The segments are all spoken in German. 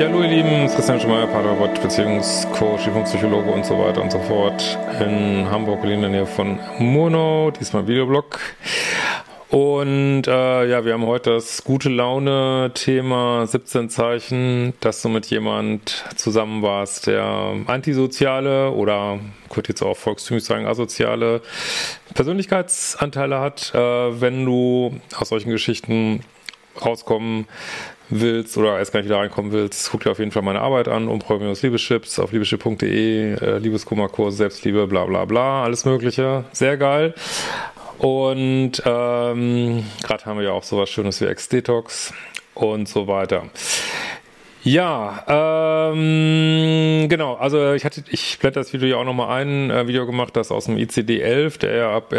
Ja, hallo ihr Lieben, es ist Christian Schemeier, Paartherapeut, Beziehungscoach, Psychologe und so weiter und so fort in Hamburg, in der Nähe von Murnau, diesmal Videoblog. Und ja, wir haben heute das gute Laune-Thema 17 Zeichen, dass du mit jemand zusammen warst, der antisoziale oder, könnte jetzt auch volkstümlich sagen, asoziale Persönlichkeitsanteile hat. Wenn du aus solchen Geschichten rauskommen willst oder erst gar nicht wieder reinkommen willst, guck dir auf jeden Fall meine Arbeit an, Liebeschips auf liebeschipp.de, Liebeskummerkurs, Selbstliebe, bla bla bla, alles mögliche, sehr geil. Und gerade haben wir ja auch sowas Schönes wie Ex-Detox und so weiter. Ja, genau, also ich blende das Video ja auch nochmal ein, Video gemacht, das aus dem ICD-11, der ja ab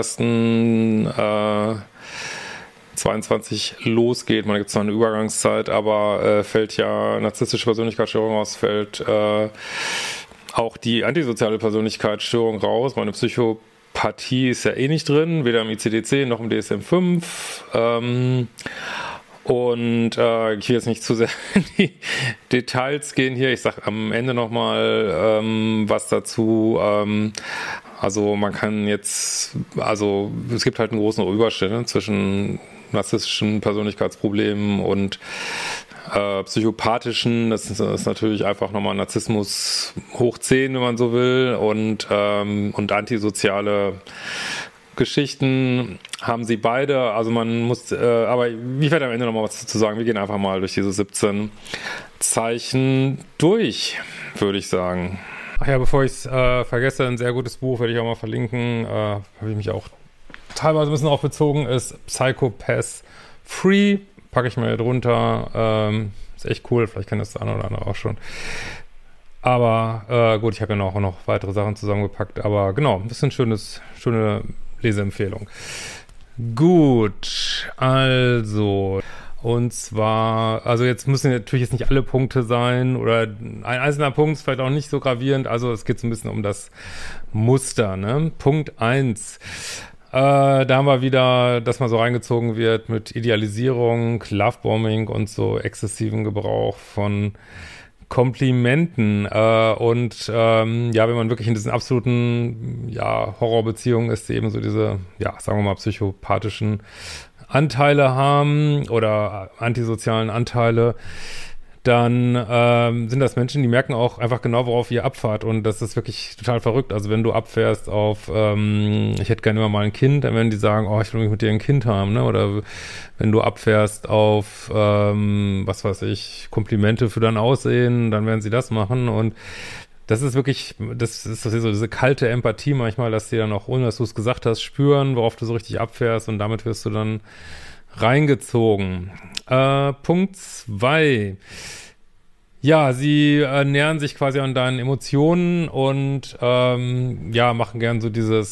1.1.22 losgeht. Man gibt es noch eine Übergangszeit, aber fällt ja narzisstische Persönlichkeitsstörung aus, fällt auch die antisoziale Persönlichkeitsstörung raus. Meine Psychopathie ist ja eh nicht drin, weder im ICD-10 noch im DSM-5. Und ich will jetzt nicht zu sehr in die Details gehen hier. Ich sage am Ende nochmal was dazu. Also man kann jetzt, also es gibt halt einen großen Überschnitt zwischen narzisstischen Persönlichkeitsproblemen und psychopathischen. Das ist natürlich einfach nochmal Narzissmus hoch 10, wenn man so will, und antisoziale Geschichten haben sie beide. Also man muss, aber ich werde am Ende nochmal was dazu sagen. Wir gehen einfach mal durch diese 17 Zeichen durch, würde ich sagen. Ach ja, bevor ich es vergesse, ein sehr gutes Buch werde ich auch mal verlinken, habe ich mich auch teilweise ein bisschen auf bezogen, ist Psychopath Free, packe ich mir hier drunter, ist echt cool, vielleicht kennt das der eine oder andere auch schon. Aber gut, ich habe ja auch noch weitere Sachen zusammengepackt, aber genau, ein bisschen schöne Leseempfehlung. Gut, also, und zwar, also jetzt müssen natürlich jetzt nicht alle Punkte sein oder ein einzelner Punkt ist vielleicht auch nicht so gravierend, also es geht so ein bisschen um das Muster, ne? Punkt 1. Da haben wir wieder, dass man so reingezogen wird mit Idealisierung, Lovebombing und so exzessiven Gebrauch von Komplimenten und ja, wenn man wirklich in diesen absoluten Horrorbeziehungen ist, die eben so diese, sagen wir mal, psychopathischen Anteile haben oder antisozialen Anteile, dann sind das Menschen, die merken auch einfach genau, worauf ihr abfahrt, und das ist wirklich total verrückt. Also wenn du abfährst auf ich hätte gerne immer mal ein Kind, dann werden die sagen, oh, ich will mit dir ein Kind haben, ne? Oder wenn du abfährst auf was weiß ich, Komplimente für dein Aussehen, dann werden sie das machen, und das ist wirklich, das ist so diese kalte Empathie manchmal, dass die dann auch, ohne dass du es gesagt hast, spüren, worauf du so richtig abfährst, und damit wirst du dann reingezogen. Punkt 2. Ja, sie nähern sich quasi an deinen Emotionen und machen gern so diese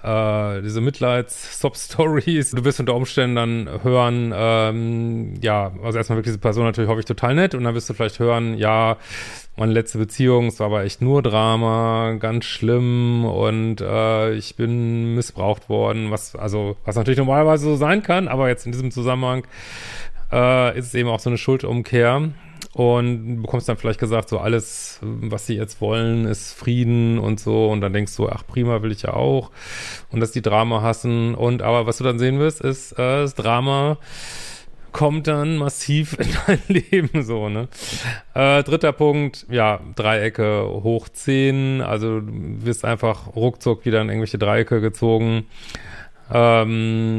Mitleids-Sob-Stories. Du wirst unter Umständen dann hören, also erstmal wirklich diese Person natürlich häufig total nett, und dann wirst du vielleicht hören, ja, meine letzte Beziehung, es war aber echt nur Drama, ganz schlimm, und ich bin missbraucht worden, was natürlich normalerweise so sein kann, aber jetzt in diesem Zusammenhang ist es eben auch so eine Schuldumkehr, und du bekommst dann vielleicht gesagt, so alles, was sie jetzt wollen, ist Frieden und so, und dann denkst du, ach prima, will ich ja auch, und dass die Drama hassen, und aber was du dann sehen wirst, ist das Drama kommt dann massiv in dein Leben, so, ne? Dritter Punkt, Dreiecke hoch 10, also du wirst einfach ruckzuck wieder in irgendwelche Dreiecke gezogen. Ob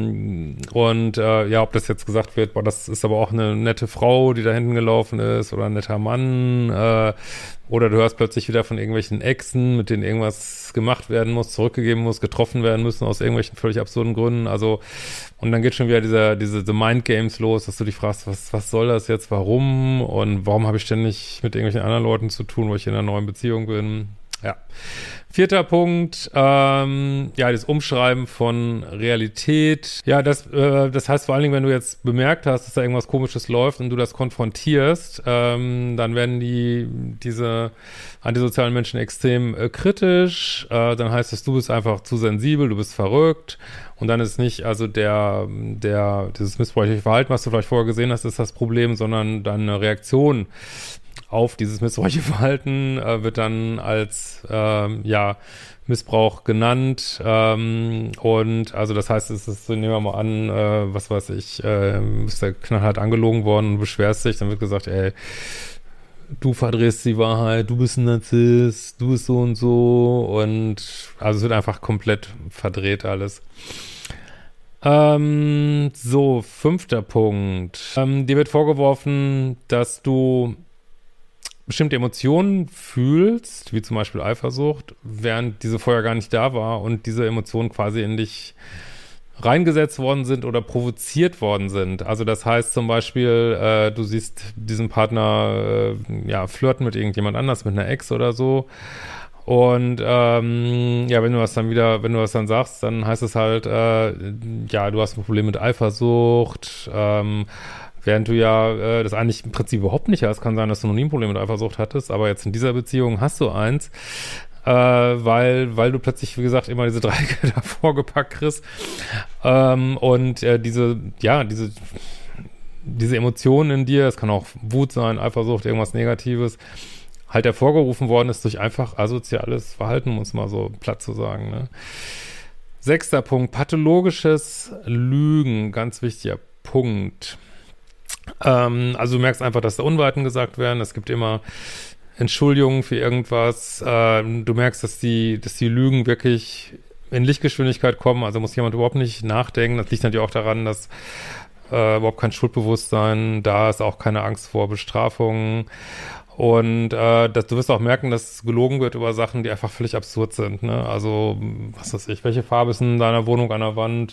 das jetzt gesagt wird, boah, das ist aber auch eine nette Frau, die da hinten gelaufen ist, oder ein netter Mann, oder du hörst plötzlich wieder von irgendwelchen Exen, mit denen irgendwas gemacht werden muss, zurückgegeben muss, getroffen werden müssen, aus irgendwelchen völlig absurden Gründen, also, und dann geht schon wieder diese Mind-Games los, dass du dich fragst, was soll das jetzt, warum, und warum habe ich ständig mit irgendwelchen anderen Leuten zu tun, wo ich in einer neuen Beziehung bin. Ja. Vierter Punkt, das Umschreiben von Realität. Ja, das heißt vor allen Dingen, wenn du jetzt bemerkt hast, dass da irgendwas Komisches läuft und du das konfrontierst, dann werden diese antisozialen Menschen extrem kritisch. Dann heißt es, du bist einfach zu sensibel, du bist verrückt. Und dann ist nicht, also dieses missbräuchliche Verhalten, was du vielleicht vorher gesehen hast, ist das Problem, sondern deine Reaktion auf dieses missbräuchliche Verhalten, wird dann als, Missbrauch genannt, und also das heißt, es ist, nehmen wir mal an, was weiß ich, ist der knallhart angelogen worden und beschwerst dich, dann wird gesagt, ey, du verdrehst die Wahrheit, du bist ein Narzisst, du bist so und so, und also es wird einfach komplett verdreht alles. So, 5. Punkt. Dir wird vorgeworfen, dass du bestimmte Emotionen fühlst, wie zum Beispiel Eifersucht, während diese vorher gar nicht da war und diese Emotionen quasi in dich reingesetzt worden sind oder provoziert worden sind. Also das heißt zum Beispiel, du siehst diesen Partner flirten mit irgendjemand anders, mit einer Ex oder so. Und wenn du das dann sagst, dann heißt es halt, du hast ein Problem mit Eifersucht, während du das eigentlich im Prinzip überhaupt nicht hast. Kann sein, dass du noch nie ein Problem mit Eifersucht hattest, aber jetzt in dieser Beziehung hast du eins, weil du plötzlich, wie gesagt, immer diese Dreiecke davor gepackt kriegst, diese Emotionen in dir, es kann auch Wut sein, Eifersucht, irgendwas Negatives, halt hervorgerufen worden ist durch einfach asoziales Verhalten, um es mal so platt zu sagen, ne? 6. Punkt, pathologisches Lügen, ganz wichtiger Punkt. Also du merkst einfach, dass da Unwahrheiten gesagt werden, es gibt immer Entschuldigungen für irgendwas, du merkst, dass die Lügen wirklich in Lichtgeschwindigkeit kommen, also muss jemand überhaupt nicht nachdenken, das liegt natürlich auch daran, dass überhaupt kein Schuldbewusstsein da ist, auch keine Angst vor Bestrafungen. Und du wirst auch merken, dass gelogen wird über Sachen, die einfach völlig absurd sind, ne? Also, was weiß ich, welche Farbe ist in deiner Wohnung an der Wand?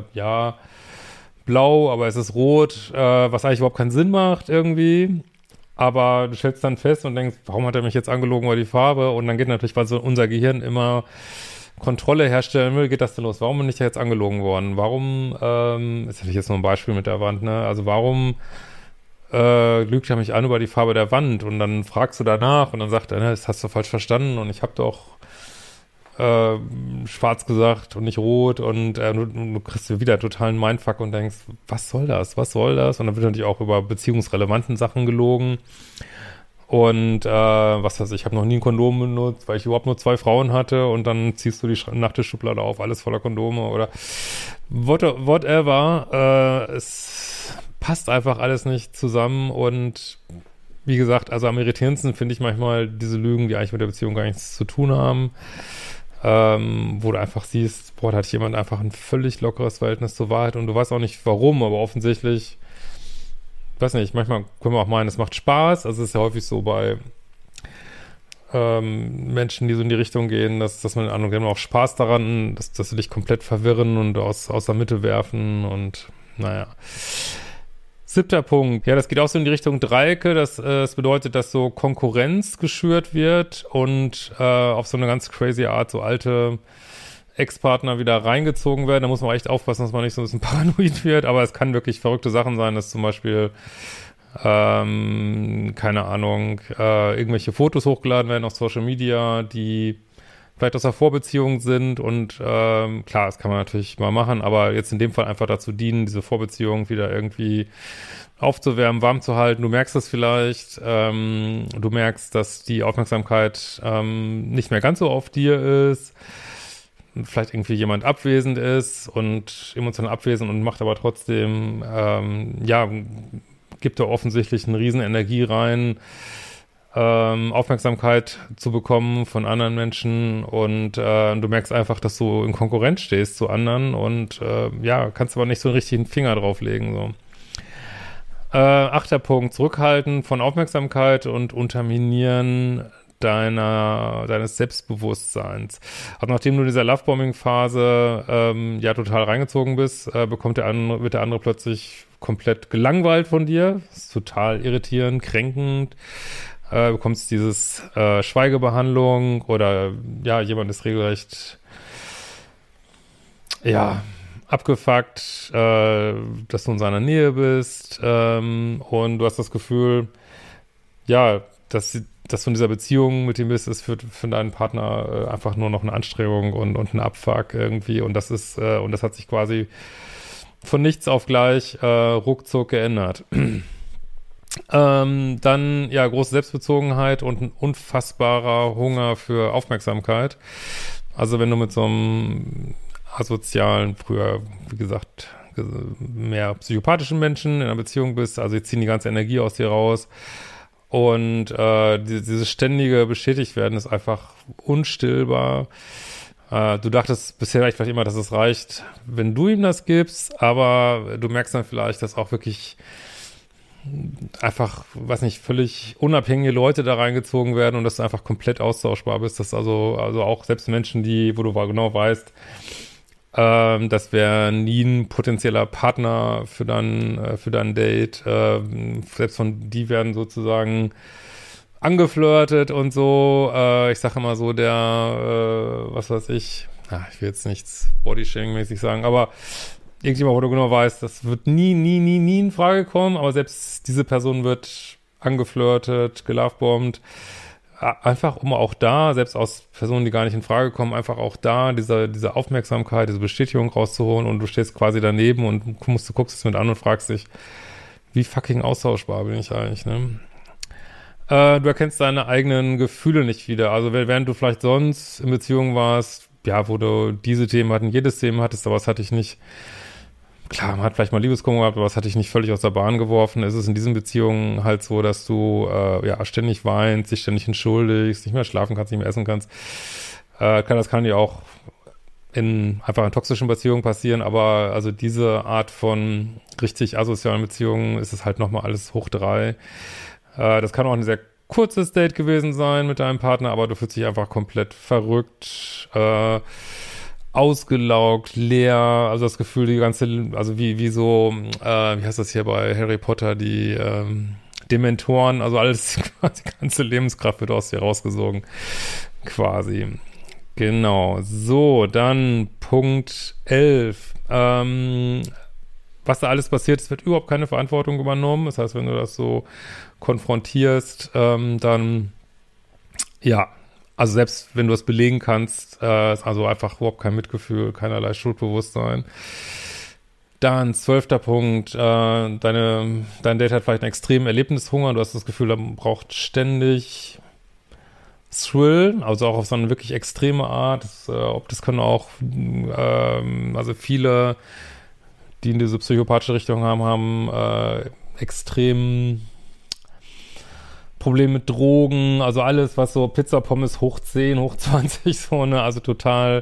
Blau, aber es ist rot, was eigentlich überhaupt keinen Sinn macht irgendwie. Aber du stellst dann fest und denkst, warum hat er mich jetzt angelogen über die Farbe? Und dann geht natürlich, weil so unser Gehirn immer Kontrolle herstellen will, geht das denn los? Warum bin ich jetzt angelogen worden? Warum, das hätte ich jetzt nur ein Beispiel mit der Wand, ne? Also warum lügt er mich an über die Farbe der Wand? Und dann fragst du danach und dann sagt er, ne, das hast du falsch verstanden und ich habe doch schwarz gesagt und nicht rot, und du kriegst wieder totalen Mindfuck und denkst, was soll das? Und dann wird natürlich auch über beziehungsrelevanten Sachen gelogen. Und was weiß ich, habe noch nie ein Kondom benutzt, weil ich überhaupt nur 2 Frauen hatte, und dann ziehst du die Nachttischschublade auf, alles voller Kondome oder whatever. Es passt einfach alles nicht zusammen, und wie gesagt, also am irritierendsten finde ich manchmal diese Lügen, die eigentlich mit der Beziehung gar nichts zu tun haben, wo du einfach siehst, da hat jemand einfach ein völlig lockeres Verhältnis zur Wahrheit und du weißt auch nicht warum, aber offensichtlich, weiß nicht, manchmal können wir auch meinen, es macht Spaß, also es ist ja häufig so bei Menschen, die so in die Richtung gehen, dass man den Eindruck, die haben auch Spaß daran, dass sie dich komplett verwirren und aus der Mitte werfen, und naja. 7. Punkt. Ja, das geht auch so in die Richtung Dreiecke. Das bedeutet, dass so Konkurrenz geschürt wird und auf so eine ganz crazy Art so alte Ex-Partner wieder reingezogen werden. Da muss man echt aufpassen, dass man nicht so ein bisschen paranoid wird. Aber es kann wirklich verrückte Sachen sein, dass zum Beispiel, keine Ahnung, irgendwelche Fotos hochgeladen werden auf Social Media, die vielleicht aus der Vorbeziehung sind, und klar, das kann man natürlich mal machen, aber jetzt in dem Fall einfach dazu dienen, diese Vorbeziehung wieder irgendwie aufzuwärmen, warm zu halten. Du merkst es vielleicht, du merkst, dass die Aufmerksamkeit nicht mehr ganz so auf dir ist, vielleicht irgendwie jemand abwesend ist und emotional abwesend und macht aber trotzdem, gibt da offensichtlich eine riesen Energie rein, Aufmerksamkeit zu bekommen von anderen Menschen, und du merkst einfach, dass du in Konkurrenz stehst zu anderen, und kannst aber nicht so einen richtigen Finger drauflegen, so. 8. Punkt, Zurückhalten von Aufmerksamkeit und Unterminieren deines Selbstbewusstseins. Also nachdem du in dieser Lovebombing-Phase total reingezogen bist, wird der andere plötzlich komplett gelangweilt von dir. Das ist total irritierend, kränkend. Bekommst dieses Schweigebehandlung, oder jemand ist regelrecht abgefuckt, dass du in seiner Nähe bist, und du hast das Gefühl, dass du in dieser Beziehung mit ihm bist, ist für deinen Partner einfach nur noch eine Anstrengung und ein Abfuck irgendwie, und das hat sich quasi von nichts auf gleich ruckzuck geändert. Dann, ja, große Selbstbezogenheit und ein unfassbarer Hunger für Aufmerksamkeit. Also wenn du mit so einem asozialen, früher, wie gesagt, mehr psychopathischen Menschen in einer Beziehung bist, also die ziehen die ganze Energie aus dir raus. Und dieses ständige bestätigt werden ist einfach unstillbar. Du dachtest bisher vielleicht immer, dass es reicht, wenn du ihm das gibst, aber du merkst dann vielleicht, dass auch wirklich einfach, weiß nicht, völlig unabhängige Leute da reingezogen werden und dass du einfach komplett austauschbar bist. Dass also auch selbst Menschen, wo du genau weißt, das wäre nie ein potenzieller Partner für dein Date. Selbst von die werden sozusagen angeflirtet und so. Ich sage immer so, was weiß ich, ich will jetzt nichts Bodyshaming-mäßig sagen, aber irgendjemand, wo du genau weißt, das wird nie in Frage kommen, aber selbst diese Person wird angeflirtet, gelovebombt, einfach um auch da, selbst aus Personen, die gar nicht in Frage kommen, einfach auch da diese Aufmerksamkeit, diese Bestätigung rauszuholen und du stehst quasi daneben und du guckst es mit an und fragst dich, wie fucking austauschbar bin ich eigentlich, ne? Du erkennst deine eigenen Gefühle nicht wieder, also während du vielleicht sonst in Beziehungen warst, ja, wo du diese Themen hatten, jedes Thema hattest, aber das hatte ich nicht. Klar, man hat vielleicht mal Liebeskummer gehabt, aber das hatte ich nicht völlig aus der Bahn geworfen. Es ist in diesen Beziehungen halt so, dass du ständig weinst, dich ständig entschuldigst, nicht mehr schlafen kannst, nicht mehr essen kannst. Das kann ja auch einfach in toxischen Beziehungen passieren, aber also diese Art von richtig asozialen Beziehungen ist es halt nochmal alles hoch 3. Das kann auch ein sehr kurzes Date gewesen sein mit deinem Partner, aber du fühlst dich einfach komplett verrückt, ausgelaugt, leer, also das Gefühl, also wie so, wie heißt das hier bei Harry Potter, die Dementoren, also alles, quasi die ganze Lebenskraft wird aus dir rausgesogen, quasi. Genau, so, dann Punkt 11, was da alles passiert, es wird überhaupt keine Verantwortung übernommen, das heißt, wenn du das so konfrontierst, dann, ja, also selbst wenn du es belegen kannst, also einfach überhaupt kein Mitgefühl, keinerlei Schuldbewusstsein. Dann 12. Punkt, dein Date hat vielleicht einen extremen Erlebnishunger, du hast das Gefühl, er braucht ständig Thrill, also auch auf so eine wirklich extreme Art. Das können auch, also viele, die in diese psychopathische Richtung haben extrem Problem mit Drogen, also alles, was so Pizza, Pommes hoch 10, hoch 20, so, ne, also total,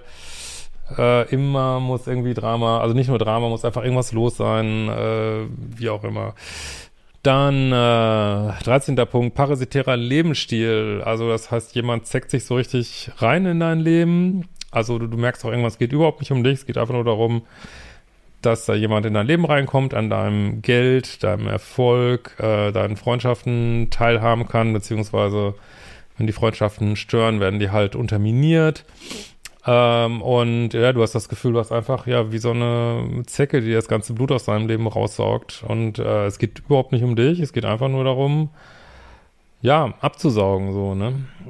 immer muss irgendwie Drama, also nicht nur Drama, muss einfach irgendwas los sein, wie auch immer. Dann 13. Punkt, parasitärer Lebensstil, also das heißt, jemand zeckt sich so richtig rein in dein Leben, also du merkst auch irgendwas, geht überhaupt nicht um dich, es geht einfach nur darum, dass da jemand in dein Leben reinkommt, an deinem Geld, deinem Erfolg, deinen Freundschaften teilhaben kann, beziehungsweise wenn die Freundschaften stören, werden die halt unterminiert. Und ja, du hast das Gefühl, du hast einfach, ja, wie so eine Zecke, die das ganze Blut aus deinem Leben raussaugt. Und es geht überhaupt nicht um dich, es geht einfach nur darum, ja, abzusaugen, so, ne?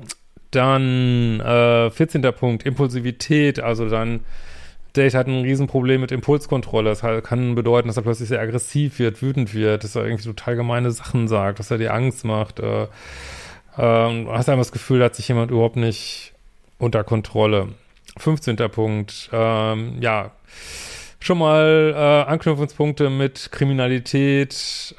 Dann 14. Punkt, Impulsivität, also dann Date hat ein Riesenproblem mit Impulskontrolle. Das kann bedeuten, dass er plötzlich sehr aggressiv wird, wütend wird, dass er irgendwie total gemeine Sachen sagt, dass er dir Angst macht. Du hast einfach das Gefühl, da hat sich jemand überhaupt nicht unter Kontrolle. 15. Punkt, ja, schon mal Anknüpfungspunkte mit Kriminalität,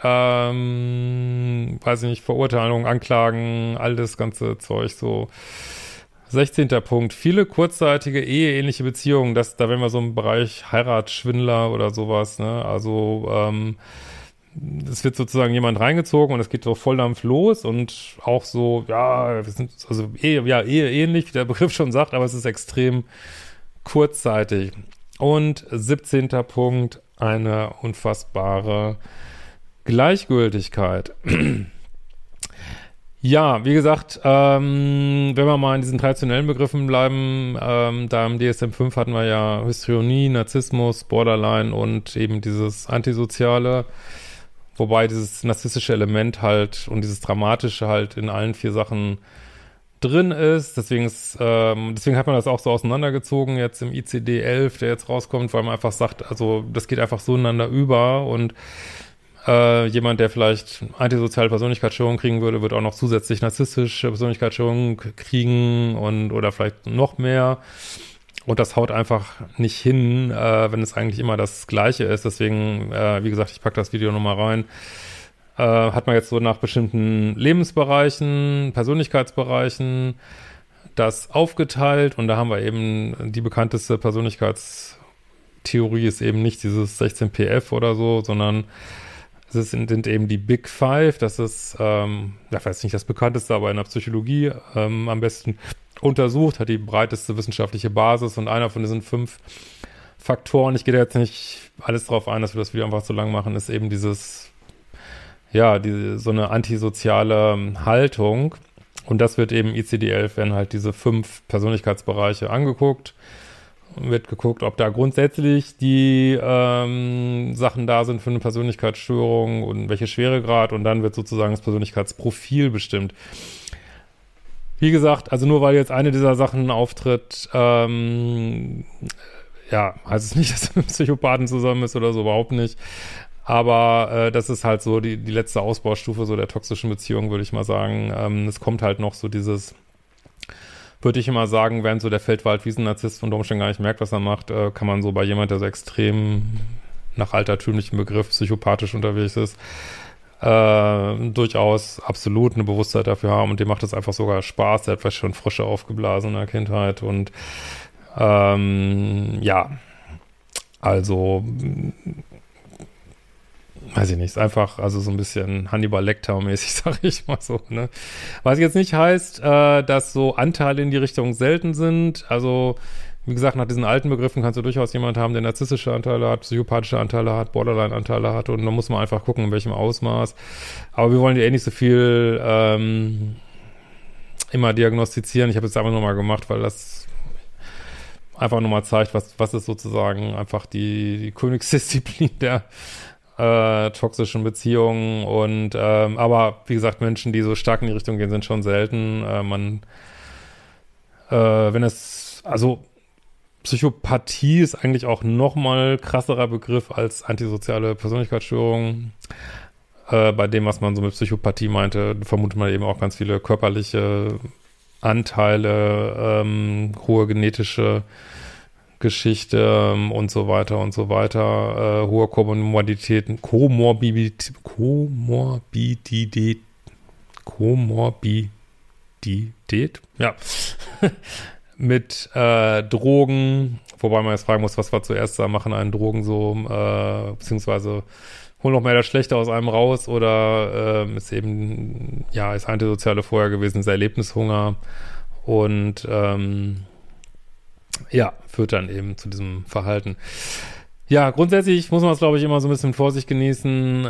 weiß ich nicht, Verurteilung, Anklagen, all das ganze Zeug so. 16. Punkt, viele kurzzeitige eheähnliche Beziehungen, da wären wir so im Bereich Heiratsschwindler oder sowas, ne, also, es wird sozusagen jemand reingezogen und es geht so Volldampf los und auch so, ja, wir sind, also Ehe ähnlich, wie der Begriff schon sagt, aber es ist extrem kurzzeitig. Und 17. Punkt, eine unfassbare Gleichgültigkeit. Ja, wie gesagt, wenn wir mal in diesen traditionellen Begriffen bleiben, da im DSM-5 hatten wir ja Histrionie, Narzissmus, Borderline und eben dieses Antisoziale, wobei dieses narzisstische Element halt und dieses Dramatische halt in allen 4 Sachen drin ist. Deswegen hat man das auch so auseinandergezogen jetzt im ICD-11, der jetzt rauskommt, weil man einfach sagt, also das geht einfach so ineinander über und Jemand, der vielleicht antisoziale Persönlichkeitsstörung kriegen würde, wird auch noch zusätzlich narzisstische Persönlichkeitsstörung kriegen oder vielleicht noch mehr. Und das haut einfach nicht hin, wenn es eigentlich immer das Gleiche ist. Deswegen, wie gesagt, ich packe das Video nochmal rein. Hat man jetzt so nach bestimmten Lebensbereichen, Persönlichkeitsbereichen das aufgeteilt. Und da haben wir eben die bekannteste Persönlichkeitstheorie ist eben nicht dieses 16PF oder so, sondern sind eben die Big Five. Das ist, vielleicht nicht das bekannteste, aber in der Psychologie am besten untersucht, hat die breiteste wissenschaftliche Basis und einer von diesen 5 Faktoren, ich gehe da jetzt nicht alles drauf ein, dass wir das Video einfach zu lang machen, ist eben so eine antisoziale Haltung. Und das wird eben ICD-11, werden halt diese 5 Persönlichkeitsbereiche angeguckt. Wird geguckt, ob da grundsätzlich die Sachen da sind für eine Persönlichkeitsstörung und welche Schweregrad. Und dann wird sozusagen das Persönlichkeitsprofil bestimmt. Wie gesagt, also nur weil jetzt eine dieser Sachen auftritt, heißt es nicht, dass er mit Psychopathen zusammen ist oder so, überhaupt nicht. Aber das ist halt so die letzte Ausbaustufe so der toxischen Beziehung, würde ich mal sagen. Es kommt halt noch so dieses, würde ich immer sagen, während so der Feldwald-Wiesen-Narzisst von Domstein gar nicht merkt, was er macht, kann man so bei jemand, der so extrem nach altertümlichem Begriff psychopathisch unterwegs ist, durchaus absolut eine Bewusstheit dafür haben und dem macht es einfach sogar Spaß. Der hat vielleicht schon Frösche aufgeblasen in der Kindheit und also weiß ich nicht, ist einfach, also so ein bisschen Hannibal Lecter-mäßig, sag ich mal so, ne. Was jetzt nicht heißt, dass so Anteile in die Richtung selten sind, also wie gesagt, nach diesen alten Begriffen kannst du durchaus jemanden haben, der narzisstische Anteile hat, psychopathische Anteile hat, Borderline-Anteile hat und da muss man einfach gucken, in welchem Ausmaß. Aber wir wollen ja nicht so viel immer diagnostizieren. Ich habe es einfach nochmal gemacht, weil das einfach nochmal zeigt, was ist sozusagen einfach die Königsdisziplin der toxischen Beziehungen und aber wie gesagt, Menschen, die so stark in die Richtung gehen, sind schon selten. Psychopathie ist eigentlich auch noch mal krasserer Begriff als antisoziale Persönlichkeitsstörung. Bei dem, was man so mit Psychopathie meinte, vermutet man eben auch ganz viele körperliche Anteile, hohe genetische Geschichte und so weiter und so weiter, hohe Komorbidität, ja, mit Drogen, wobei man jetzt fragen muss, was war zuerst da, machen einen Drogen so, beziehungsweise holen noch mehr das Schlechte aus einem raus oder ist eben, ist antisoziale vorher gewesen, ist Erlebnishunger und führt dann eben zu diesem Verhalten. Ja, grundsätzlich muss man es, glaube ich, immer so ein bisschen mit Vorsicht genießen,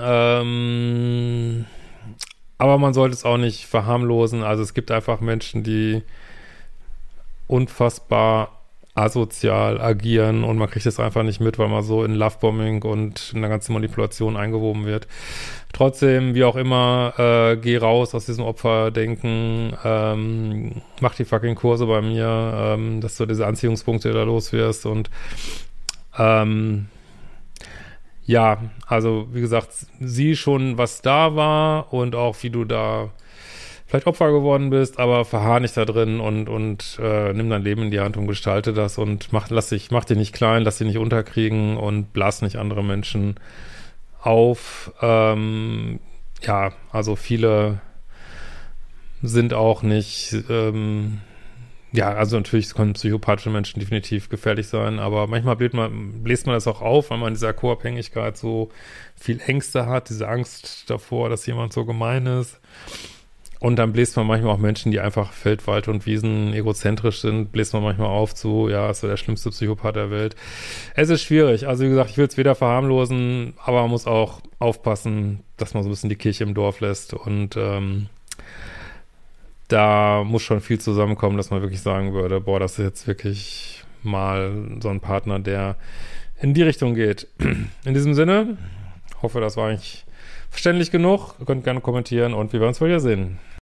aber man sollte es auch nicht verharmlosen. Also es gibt einfach Menschen, die unfassbar asozial agieren und man kriegt es einfach nicht mit, weil man so in Lovebombing und in der ganzen Manipulation eingewoben wird. Trotzdem, wie auch immer, geh raus aus diesem Opferdenken, mach die fucking Kurse bei mir, dass du diese Anziehungspunkte da los wirst und also wie gesagt, sieh schon, was da war und auch wie du da vielleicht Opfer geworden bist, aber verharr nicht da drin und nimm dein Leben in die Hand und gestalte das und mach dich nicht klein, lass dich nicht unterkriegen und blas nicht andere Menschen auf. Also viele sind auch nicht, also natürlich können psychopathische Menschen definitiv gefährlich sein, aber manchmal bläst man das auch auf, weil man in dieser Co-Abhängigkeit so viel Ängste hat, diese Angst davor, dass jemand so gemein ist. Und dann bläst man manchmal auch Menschen, die einfach Feld, Wald und Wiesen egozentrisch sind, bläst man manchmal auf zu, ist so der schlimmste Psychopath der Welt. Es ist schwierig. Also wie gesagt, ich will es weder verharmlosen, aber man muss auch aufpassen, dass man so ein bisschen die Kirche im Dorf lässt. Und da muss schon viel zusammenkommen, dass man wirklich sagen würde, boah, das ist jetzt wirklich mal so ein Partner, der in die Richtung geht. In diesem Sinne, hoffe, das war eigentlich verständlich genug. Ihr könnt gerne kommentieren und wir werden uns wohl wieder sehen.